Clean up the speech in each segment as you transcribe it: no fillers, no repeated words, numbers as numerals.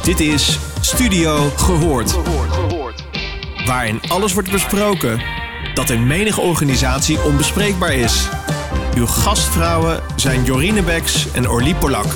Dit is Studio Gehoord. Waarin alles wordt besproken dat in menige organisatie onbespreekbaar is. Uw gastvrouwen zijn Jorine Beks en Orlie Polak.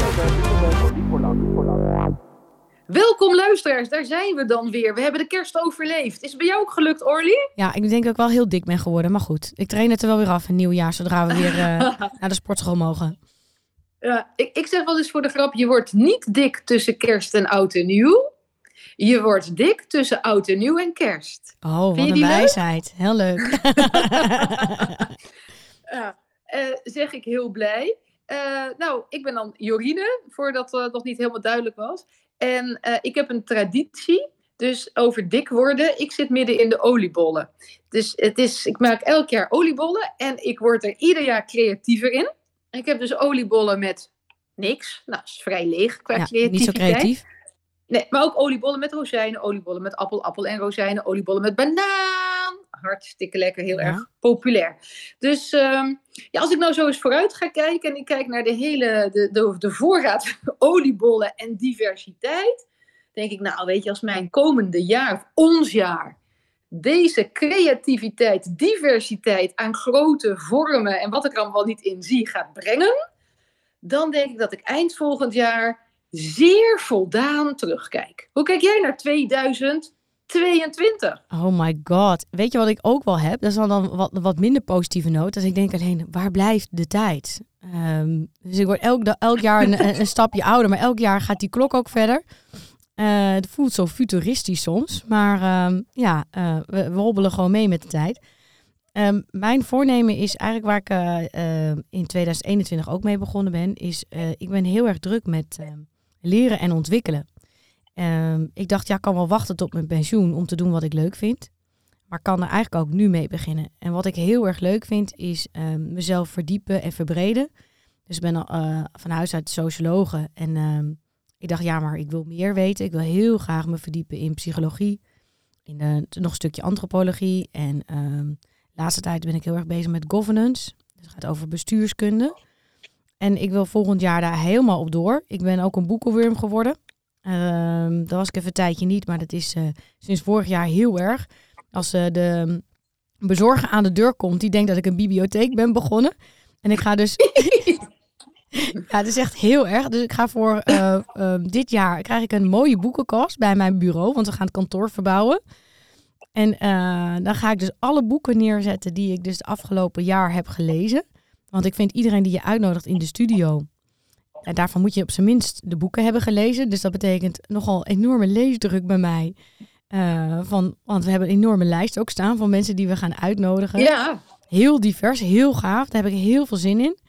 Welkom luisteraars, daar zijn we dan weer. We hebben de kerst overleefd. Is het bij jou ook gelukt, Orlie? Ja, ik denk dat ik wel heel dik ben geworden, maar goed. Ik train het er wel weer af in nieuwjaar, zodra we weer naar de sportschool mogen. Ja, ik zeg wel eens voor de grap, je wordt niet dik tussen kerst en oud en nieuw. Je wordt dik tussen oud en nieuw en kerst. Oh, wat een wijsheid. Leuk? Heel leuk. Zeg ik heel blij. Ik ben dan Jorine, voordat dat nog niet helemaal duidelijk was. En ik heb een traditie, dus over dik worden. Ik zit midden in de oliebollen. Dus ik maak elk jaar oliebollen en ik word er ieder jaar creatiever in. Ik heb dus oliebollen met niks. Nou, dat is vrij leeg qua creativiteit. Niet zo creatief. Nee, maar ook oliebollen met rozijnen, oliebollen met appel en rozijnen, oliebollen met banaan. Hartstikke lekker, heel erg populair. Dus als ik nou zo eens vooruit ga kijken en ik kijk naar de voorraad oliebollen en diversiteit, denk ik, nou weet je, als mijn komende jaar, of ons jaar, deze creativiteit, diversiteit aan grote vormen en wat ik er allemaal niet in zie gaat brengen, dan denk ik dat ik eind volgend jaar zeer voldaan terugkijk. Hoe kijk jij naar 2022? Oh my god. Weet je wat ik ook wel heb? Dat is dan wat minder positieve noot. Dus ik denk alleen, waar blijft de tijd? Dus ik word elk jaar een stapje ouder, maar elk jaar gaat die klok ook verder. Het voelt zo futuristisch soms, maar we hobbelen gewoon mee met de tijd. Mijn voornemen is eigenlijk waar ik in 2021 ook mee begonnen ben, is ik ben heel erg druk met leren en ontwikkelen. Ik dacht, ik kan wel wachten tot mijn pensioen om te doen wat ik leuk vind. Maar kan er eigenlijk ook nu mee beginnen. En wat ik heel erg leuk vind, is mezelf verdiepen en verbreden. Dus ik ben van huis uit sociologe. En ik dacht, maar ik wil meer weten. Ik wil heel graag me verdiepen in psychologie. In nog een stukje antropologie. En de laatste tijd ben ik heel erg bezig met governance. Dus het gaat over bestuurskunde. En ik wil volgend jaar daar helemaal op door. Ik ben ook een boekenworm geworden. Dat was ik even een tijdje niet, maar dat is sinds vorig jaar heel erg. Als de bezorger aan de deur komt, die denkt dat ik een bibliotheek ben begonnen. En ik ga dus... Ja, het is echt heel erg. Dus ik ga voor dit jaar krijg ik een mooie boekenkast bij mijn bureau, want we gaan het kantoor verbouwen. En dan ga ik dus alle boeken neerzetten die ik dus het afgelopen jaar heb gelezen. Want ik vind iedereen die je uitnodigt in de studio, en daarvan moet je op zijn minst de boeken hebben gelezen. Dus dat betekent nogal enorme leesdruk bij mij. Want we hebben een enorme lijst ook staan van mensen die we gaan uitnodigen. Ja. Heel divers, heel gaaf. Daar heb ik heel veel zin in.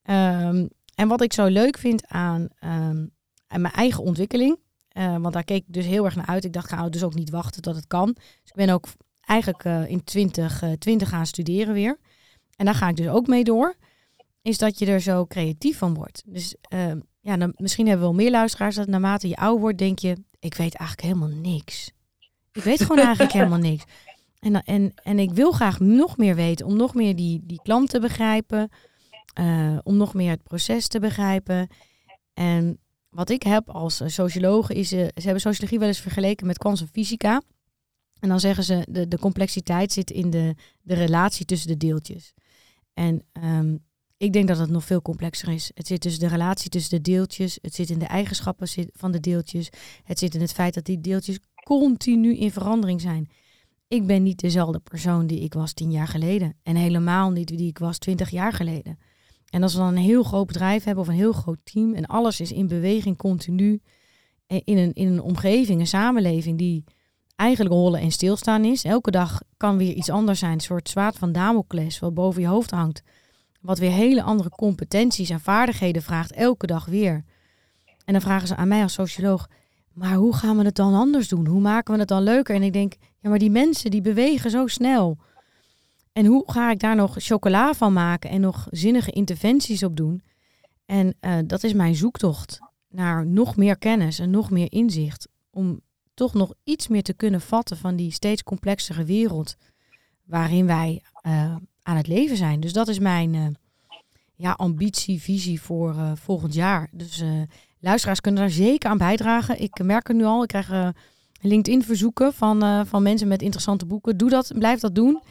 En wat ik zo leuk vind aan mijn eigen ontwikkeling. Want daar keek ik dus heel erg naar uit. Ik dacht, ik ga dus ook niet wachten tot het kan. Dus ik ben ook eigenlijk in 2020 gaan studeren weer. En daar ga ik dus ook mee door. Is dat je er zo creatief van wordt. Dus misschien hebben we wel meer luisteraars dat naarmate je ouder wordt, denk je, ik weet eigenlijk helemaal niks. Ik weet gewoon eigenlijk helemaal niks. En ik wil graag nog meer weten, om nog meer die klant te begrijpen. Om nog meer het proces te begrijpen. En wat ik heb als socioloog is, ze hebben sociologie wel eens vergeleken met kwantumfysica. En dan zeggen ze, de complexiteit zit in de relatie tussen de deeltjes. En ik denk dat het nog veel complexer is. Het zit tussen de relatie tussen de deeltjes. Het zit in de eigenschappen van de deeltjes. Het zit in het feit dat die deeltjes continu in verandering zijn. Ik ben niet dezelfde persoon die ik was 10 jaar geleden. En helemaal niet die ik was 20 jaar geleden. En als we dan een heel groot bedrijf hebben of een heel groot team en alles is in beweging continu in een omgeving, een samenleving die eigenlijk rollen en stilstaan is. Elke dag kan weer iets anders zijn. Een soort zwaard van Damocles wat boven je hoofd hangt. Wat weer hele andere competenties en vaardigheden vraagt elke dag weer. En dan vragen ze aan mij als socioloog, maar hoe gaan we het dan anders doen? Hoe maken we het dan leuker? En ik denk, maar die mensen die bewegen zo snel. En hoe ga ik daar nog chocola van maken en nog zinnige interventies op doen? En dat is mijn zoektocht naar nog meer kennis en nog meer inzicht. Om toch nog iets meer te kunnen vatten van die steeds complexere wereld waarin wij aan het leven zijn. Dus dat is mijn ambitie, visie voor volgend jaar. Dus luisteraars kunnen daar zeker aan bijdragen. Ik merk het nu al. Ik krijg LinkedIn-verzoeken van mensen met interessante boeken. Doe dat, blijf dat doen.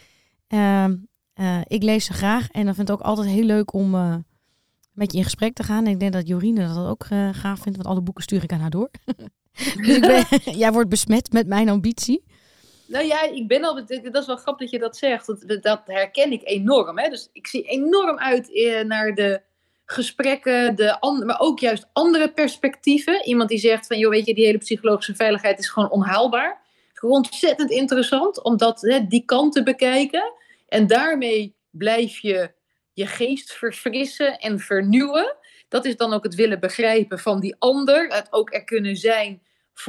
Ik lees ze graag. En dan vind ik het ook altijd heel leuk om met je in gesprek te gaan. En ik denk dat Jorine dat ook gaaf vindt. Want alle boeken stuur ik aan haar door. Dus jij wordt besmet met mijn ambitie. Nou ja, dat is wel grappig dat je dat zegt. Dat herken ik enorm. Hè? Dus ik zie enorm uit naar de gesprekken, maar ook juist andere perspectieven. Iemand die zegt van, joh, weet je, die hele psychologische veiligheid is gewoon onhaalbaar. Gewoon ontzettend interessant om die kant te bekijken. En daarmee blijf je geest verfrissen en vernieuwen. Dat is dan ook het willen begrijpen van die ander. Het ook er kunnen zijn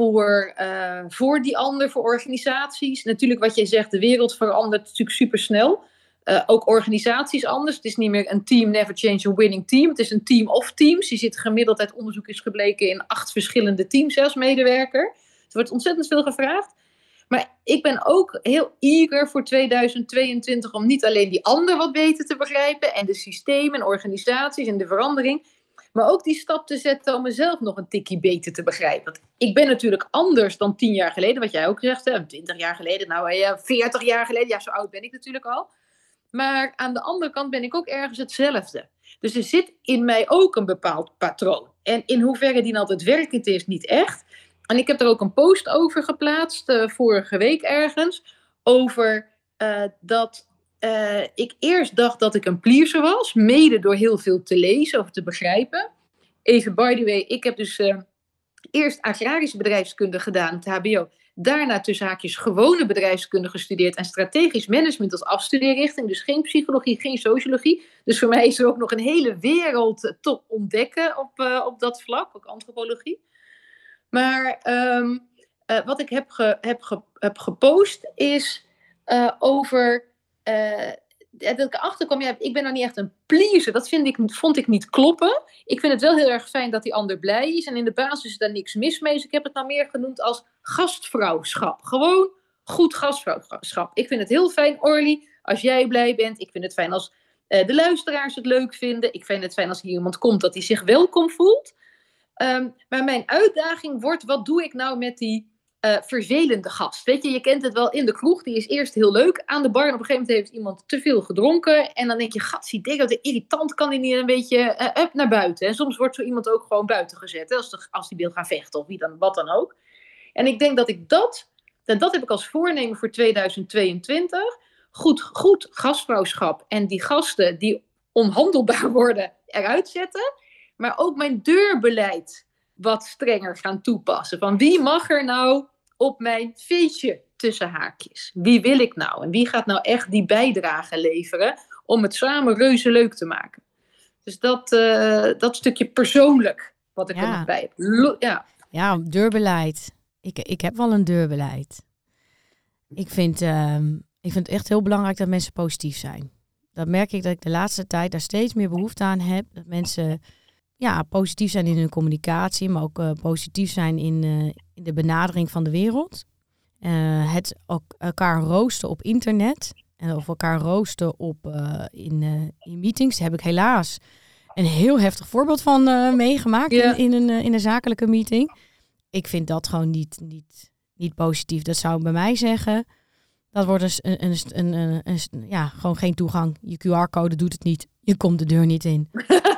voor die ander, voor organisaties. Natuurlijk wat jij zegt, de wereld verandert natuurlijk supersnel. Ook organisaties anders. Het is niet meer een team, never change a winning team. Het is een team of teams. Je zit gemiddeld uit onderzoek is gebleken in 8 verschillende teams als medewerker. Er wordt ontzettend veel gevraagd. Maar ik ben ook heel eager voor 2022 om niet alleen die ander wat beter te begrijpen en de systemen en organisaties en de verandering, maar ook die stap te zetten om mezelf nog een tikkie beter te begrijpen. Want ik ben natuurlijk anders dan 10 jaar geleden, wat jij ook zegt, 20 jaar geleden, 40 jaar geleden. Ja, zo oud ben ik natuurlijk al. Maar aan de andere kant ben ik ook ergens hetzelfde. Dus er zit in mij ook een bepaald patroon. En in hoeverre die altijd werkend is, niet echt. En ik heb er ook een post over geplaatst, vorige week ergens, over dat ik eerst dacht dat ik een pleaser was, mede door heel veel te lezen of te begrijpen. Even by the way, ik heb dus eerst agrarische bedrijfskunde gedaan, het HBO. Daarna tussen haakjes gewone bedrijfskunde gestudeerd en strategisch management als afstudeerrichting. Dus geen psychologie, geen sociologie. Dus voor mij is er ook nog een hele wereld te ontdekken op dat vlak, ook antropologie. Maar wat ik heb gepost is over dat ik erachter kwam, ik ben nou niet echt een pleaser. Dat vond ik niet kloppen. Ik vind het wel heel erg fijn dat die ander blij is. En in de basis is daar niks mis mee. Dus ik heb het nou meer genoemd als gastvrouwschap. Gewoon goed gastvrouwschap. Ik vind het heel fijn, Orly, als jij blij bent. Ik vind het fijn als de luisteraars het leuk vinden. Ik vind het fijn als hier iemand komt dat hij zich welkom voelt. Maar mijn uitdaging wordt, wat doe ik nou met die vervelende gast? Weet je kent het wel in de kroeg, die is eerst heel leuk aan de bar en op een gegeven moment heeft iemand te veel gedronken en dan denk je, gat, zie dat irritant, kan hij niet een beetje up naar buiten? En soms wordt zo iemand ook gewoon buiten gezet, hè, als die wil gaan vechten of wat dan ook. En ik denk dat ik dat heb ik als voornemen voor 2022, goed gastvrouwschap en die gasten die onhandelbaar worden eruit zetten, maar ook mijn deurbeleid wat strenger gaan toepassen. Van wie mag er nou op mijn feestje tussen haakjes? Wie wil ik nou? En wie gaat nou echt die bijdrage leveren om het samen reuze leuk te maken? Dus dat stukje persoonlijk wat ik er nog bij heb. Ja, deurbeleid. Ik heb wel een deurbeleid. Ik vind het echt heel belangrijk dat mensen positief zijn. Dat merk ik dat ik de laatste tijd daar steeds meer behoefte aan heb. Dat mensen positief zijn in hun communicatie, maar ook positief zijn in de benadering van de wereld. Het ook elkaar roosten op internet of elkaar roosten in meetings. Daar heb ik helaas een heel heftig voorbeeld van meegemaakt in een zakelijke meeting. Ik vind dat gewoon niet positief. Dat zou bij mij zeggen, dat wordt gewoon geen toegang. Je QR-code doet het niet. Je komt de deur niet in.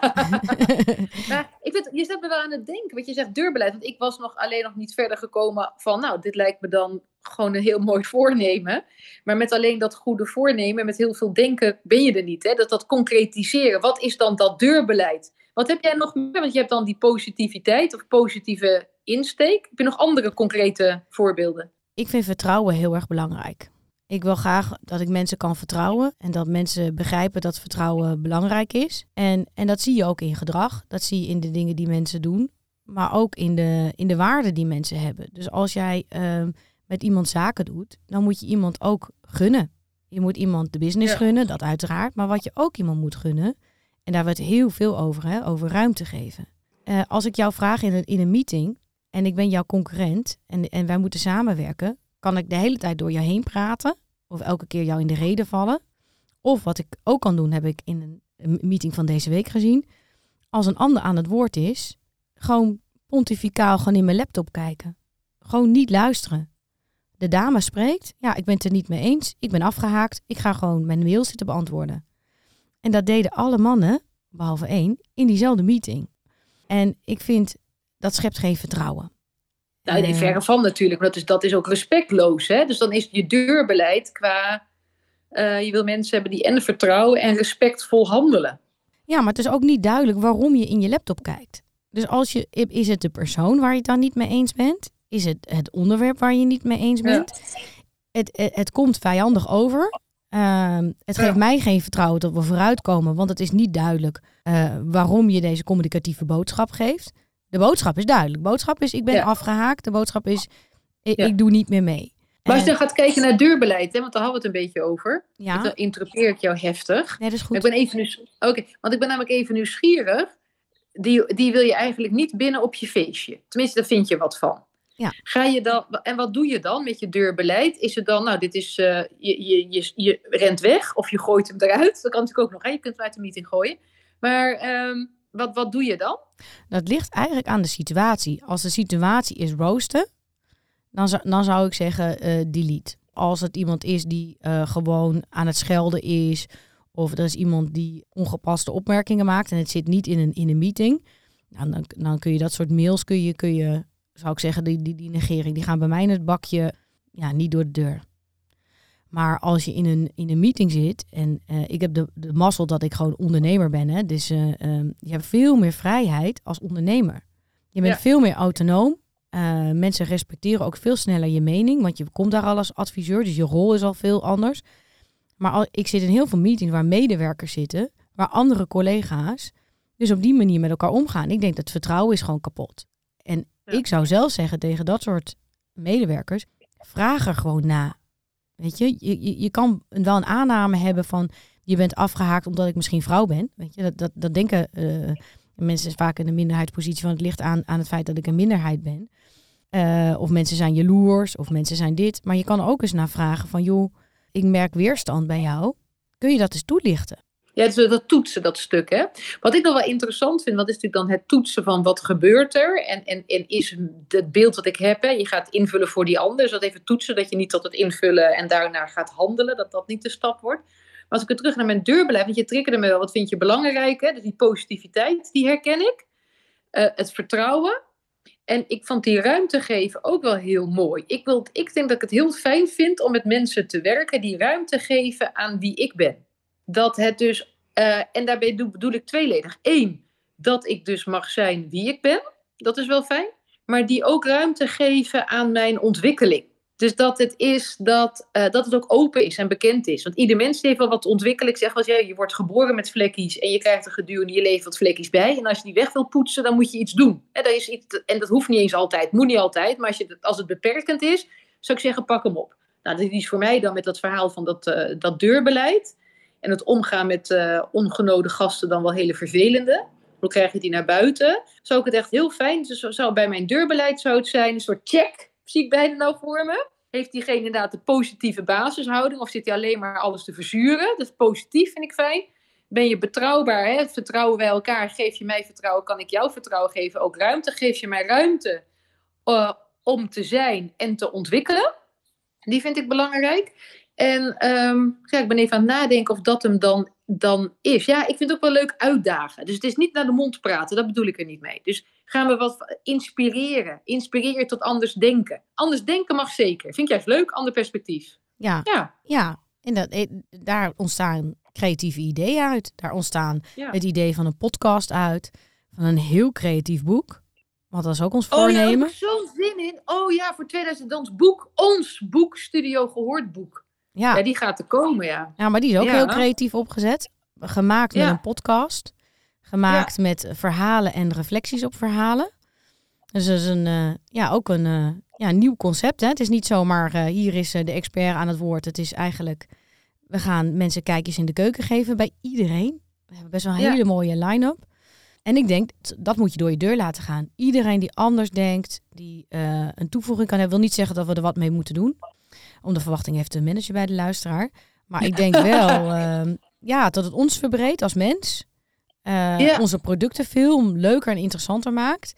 Maar je zet me wel aan het denken, wat je zegt deurbeleid. Want ik was alleen nog niet verder gekomen van, dit lijkt me dan gewoon een heel mooi voornemen. Maar met alleen dat goede voornemen, met heel veel denken, ben je er niet. Hè? Dat concretiseren. Wat is dan dat deurbeleid? Wat heb jij nog meer? Want je hebt dan die positiviteit of positieve insteek. Heb je nog andere concrete voorbeelden? Ik vind vertrouwen heel erg belangrijk. Ik wil graag dat ik mensen kan vertrouwen en dat mensen begrijpen dat vertrouwen belangrijk is. En dat zie je ook in gedrag, dat zie je in de dingen die mensen doen, maar ook in de waarden die mensen hebben. Dus als jij met iemand zaken doet, dan moet je iemand ook gunnen. Je moet iemand de business gunnen, dat uiteraard, maar wat je ook iemand moet gunnen, en daar wordt heel veel over ruimte geven. Als ik jou vraag in een meeting en ik ben jouw concurrent en wij moeten samenwerken, kan ik de hele tijd door jou heen praten of elke keer jou in de reden vallen. Of wat ik ook kan doen, heb ik in een meeting van deze week gezien. Als een ander aan het woord is, gewoon pontificaal gewoon in mijn laptop kijken. Gewoon niet luisteren. De dame spreekt. Ja, ik ben het er niet mee eens. Ik ben afgehaakt. Ik ga gewoon mijn mail zitten beantwoorden. En dat deden alle mannen, behalve 1, in diezelfde meeting. En ik vind, dat schept geen vertrouwen. Nou, nee, verre van natuurlijk. Dat is ook respectloos. Hè? Dus dan is je deurbeleid qua... je wil mensen hebben die en vertrouwen en respectvol handelen. Ja, maar het is ook niet duidelijk waarom je in je laptop kijkt. Dus is het de persoon waar je het dan niet mee eens bent? Is het onderwerp waar je niet mee eens bent? Ja. Het komt vijandig over. Het geeft mij geen vertrouwen dat we vooruitkomen. Want het is niet duidelijk waarom je deze communicatieve boodschap geeft. De boodschap is duidelijk. De boodschap is, ik ben afgehaakt. De boodschap is, ik doe niet meer mee. Maar als je dan gaat kijken naar deurbeleid, hè, want daar hadden we het een beetje over. Ja. Dan interrupeer ik jou heftig. Nee, dat is goed. Ik ben namelijk even nieuwsgierig. Die wil je eigenlijk niet binnen op je feestje. Tenminste, daar vind je wat van. Ja. Ga je dan, en wat doe je dan met je deurbeleid? Is het dan, nou, dit is, je rent weg of je gooit hem eruit. Dat kan natuurlijk ook nog, hè? Je kunt hem uit de meeting gooien. Maar wat doe je dan? Dat ligt eigenlijk aan de situatie. Als de situatie is roosten, dan zou ik zeggen delete. Als het iemand is die gewoon aan het schelden is, of er is iemand die ongepaste opmerkingen maakt en het zit niet in een meeting, dan kun je dat soort mails, kun je zou ik zeggen, die negering, die gaan bij mij in het bakje, niet door de deur. Maar als je in een meeting zit, en ik heb de mazzel dat ik gewoon ondernemer ben, hè, dus je hebt veel meer vrijheid als ondernemer. Je bent veel meer autonoom. Mensen respecteren ook veel sneller je mening, want je komt daar al als adviseur, dus je rol is al veel anders. Maar ik zit in heel veel meetings waar medewerkers zitten, waar andere collega's dus op die manier met elkaar omgaan. Ik denk dat het vertrouwen is gewoon kapot. En ik zou zelf zeggen tegen dat soort medewerkers, vraag er gewoon na. Weet je, je kan wel een aanname hebben van, je bent afgehaakt omdat ik misschien vrouw ben. Weet je, dat denken mensen vaak in de minderheidspositie van, het ligt aan het feit dat ik een minderheid ben. Of mensen zijn jaloers, of mensen zijn dit. Maar je kan ook eens naar vragen van, joh, ik merk weerstand bij jou. Kun je dat eens toelichten? Ja, dus dat toetsen, dat stuk. Hè? Wat ik nog wel interessant vind, wat is natuurlijk dan het toetsen van wat gebeurt er? En is het beeld dat ik heb, hè? Je gaat invullen voor die ander. Dus dat even toetsen, dat je niet tot het invullen en daarna gaat handelen. Dat niet de stap wordt. Maar als ik weer terug naar mijn deurbeleid, want je triggerde me wel, wat vind je belangrijk? Hè? Dus die positiviteit, die herken ik. Het vertrouwen. En ik vond die ruimte geven ook wel heel mooi. Ik denk dat ik het heel fijn vind om met mensen te werken die ruimte geven aan wie ik ben. Dat het dus, en daarbij bedoel ik tweeledig. 1, dat ik dus mag zijn wie ik ben. Dat is wel fijn. Maar die ook ruimte geven aan mijn ontwikkeling. Dus dat het is dat het ook open is en bekend is. Want ieder mens heeft wel wat te ontwikkelen. Ik zeg wel eens, je wordt geboren met vlekjes en je krijgt er gedurende je leven wat vlekjes bij. En als je die weg wil poetsen, dan moet je iets doen. En dat hoeft niet eens altijd, moet niet altijd. Maar als het beperkend is, zou ik zeggen, pak hem op. Nou, dat is voor mij dan met dat verhaal van dat deurbeleid. En het omgaan met ongenode gasten dan wel hele vervelende. Hoe krijg je die naar buiten? Zou ik het echt heel fijn, dus zou bij mijn deurbeleid zou het zijn, een soort check, zie ik bijna nou voor me. Heeft diegene inderdaad de positieve basishouding of zit hij alleen maar alles te verzuren? Dat is positief, vind ik fijn. Ben je betrouwbaar, hè? Vertrouwen wij elkaar, geef je mij vertrouwen, kan ik jou vertrouwen geven, ook ruimte. Geef je mij ruimte om te zijn en te ontwikkelen. Die vind ik belangrijk. En ik ben even aan het nadenken of dat hem dan is. Ja, ik vind het ook wel leuk uitdagen. Dus het is niet naar de mond praten, dat bedoel ik er niet mee. Dus gaan we wat inspireren. Inspireren tot anders denken. Anders denken mag zeker. Vind ik juist leuk, ander perspectief. Ja. En daar ontstaan creatieve ideeën uit. Daar ontstaan het idee van een podcast uit. Van een heel creatief boek. Want dat is ook ons voornemen. Oh, daar heb ik zo'n zin in. Oh ja, voor 2000 ons boek. Ons boek, Studio Gehoord boek. Ja, die gaat er komen, ja. Ja, maar die is ook heel creatief opgezet. Gemaakt met een podcast. Gemaakt met verhalen en reflecties op verhalen. Dus dat is ook een nieuw concept. Hè? Het is niet zomaar, hier is de expert aan het woord. Het is eigenlijk, we gaan mensen kijkjes in de keuken geven bij iedereen. We hebben best wel een hele mooie line-up. En ik denk, dat moet je door je deur laten gaan. Iedereen die anders denkt, die een toevoeging kan hebben, wil niet zeggen dat we er wat mee moeten doen. Om de verwachting heeft de manager bij de luisteraar. Maar ik denk wel dat het ons verbreedt als mens. Onze producten veel leuker en interessanter maakt.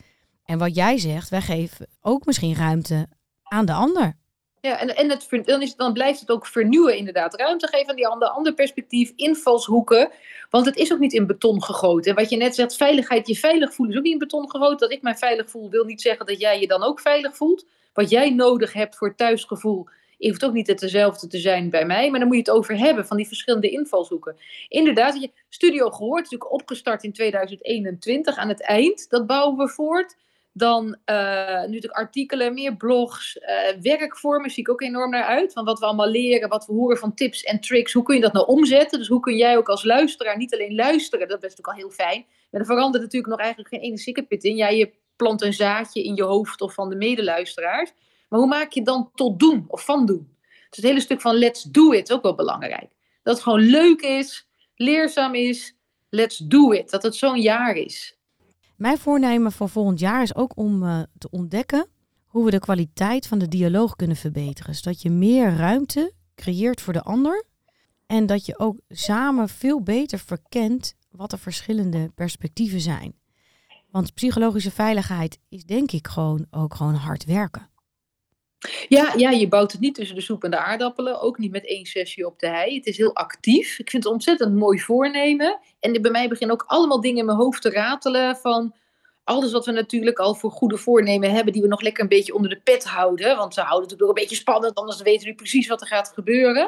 En wat jij zegt, wij geven ook misschien ruimte aan de ander. Ja, dan blijft het ook vernieuwen inderdaad. Ruimte geven aan die ander perspectief, invalshoeken. Want het is ook niet in beton gegoten. En wat je net zegt, veiligheid, je veilig voelen is ook niet in beton gegoten. Dat ik mij veilig voel, wil niet zeggen dat jij je dan ook veilig voelt. Wat jij nodig hebt voor thuisgevoel, hoeft ook niet hetzelfde te zijn bij mij. Maar dan moet je het over hebben, van die verschillende invalshoeken. Inderdaad, Studio Gehoord is natuurlijk opgestart in 2021 aan het eind. Dat bouwen we voort. Dan nu natuurlijk artikelen, meer blogs, werkvormen zie ik ook enorm naar uit. Van wat we allemaal leren, wat we horen van tips en tricks. Hoe kun je dat nou omzetten? Dus hoe kun jij ook als luisteraar niet alleen luisteren, dat is natuurlijk al heel fijn. Maar er verandert natuurlijk nog eigenlijk geen ene sikkepit in. Je plant een zaadje in je hoofd of van de medeluisteraars. Maar hoe maak je dan tot doen of van doen? Dus het hele stuk van let's do it is ook wel belangrijk. Dat het gewoon leuk is, leerzaam is, let's do it. Dat het zo'n jaar is. Mijn voornemen voor volgend jaar is ook om te ontdekken hoe we de kwaliteit van de dialoog kunnen verbeteren. Zodat je meer ruimte creëert voor de ander. En dat je ook samen veel beter verkent wat de verschillende perspectieven zijn. Want psychologische veiligheid is denk ik gewoon hard werken. Ja, je bouwt het niet tussen de soep en de aardappelen. Ook niet met 1 sessie op de hei. Het is heel actief. Ik vind het een ontzettend mooi voornemen. En bij mij beginnen ook allemaal dingen in mijn hoofd te ratelen. Van alles wat we natuurlijk al voor goede voornemen hebben. Die we nog lekker een beetje onder de pet houden. Want ze houden het natuurlijk ook een beetje spannend. Anders weten we precies wat er gaat gebeuren.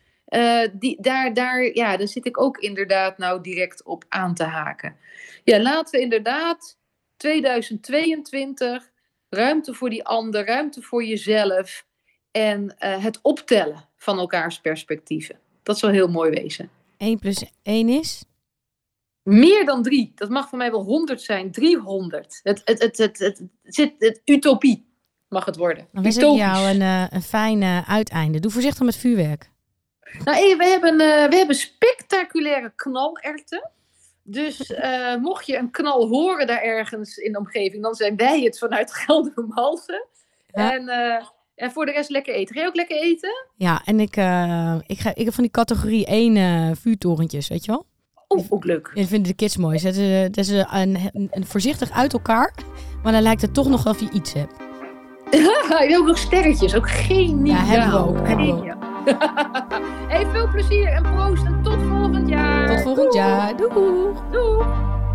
Daar zit ik ook inderdaad nou direct op aan te haken. Ja, laten we inderdaad 2022... ruimte voor die ander, ruimte voor jezelf. En het optellen van elkaars perspectieven. Dat zal heel mooi wezen. 1 + 1 is? Meer dan 3. Dat mag voor mij wel 100 zijn. 300. Het utopie mag het worden. Dan wens ik jou een fijn uiteinde. Doe voorzichtig met vuurwerk. Nou, we hebben spectaculaire knalerwten. Dus mocht je een knal horen daar ergens in de omgeving, dan zijn wij het vanuit Geldermalsen. Ja. En voor de rest lekker eten. Ga je ook lekker eten? Ja, en ik heb van die categorie 1 vuurtorentjes, weet je wel? Ook leuk. Dat vinden de kids mooi. Zetten ze een voorzichtig uit elkaar, maar dan lijkt het toch nog of je iets hebt. Je hebt ook nog sterretjes, ook geniaal. Ja, hebben we ook. Hey, veel plezier en proost en tot volgend jaar. Tot volgend jaar. Doeg. Doeg.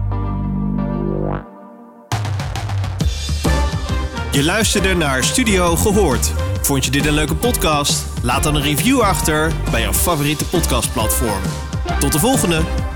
Je luisterde naar Studio Gehoord. Vond je dit een leuke podcast? Laat dan een review achter bij jouw favoriete podcastplatform. Tot de volgende!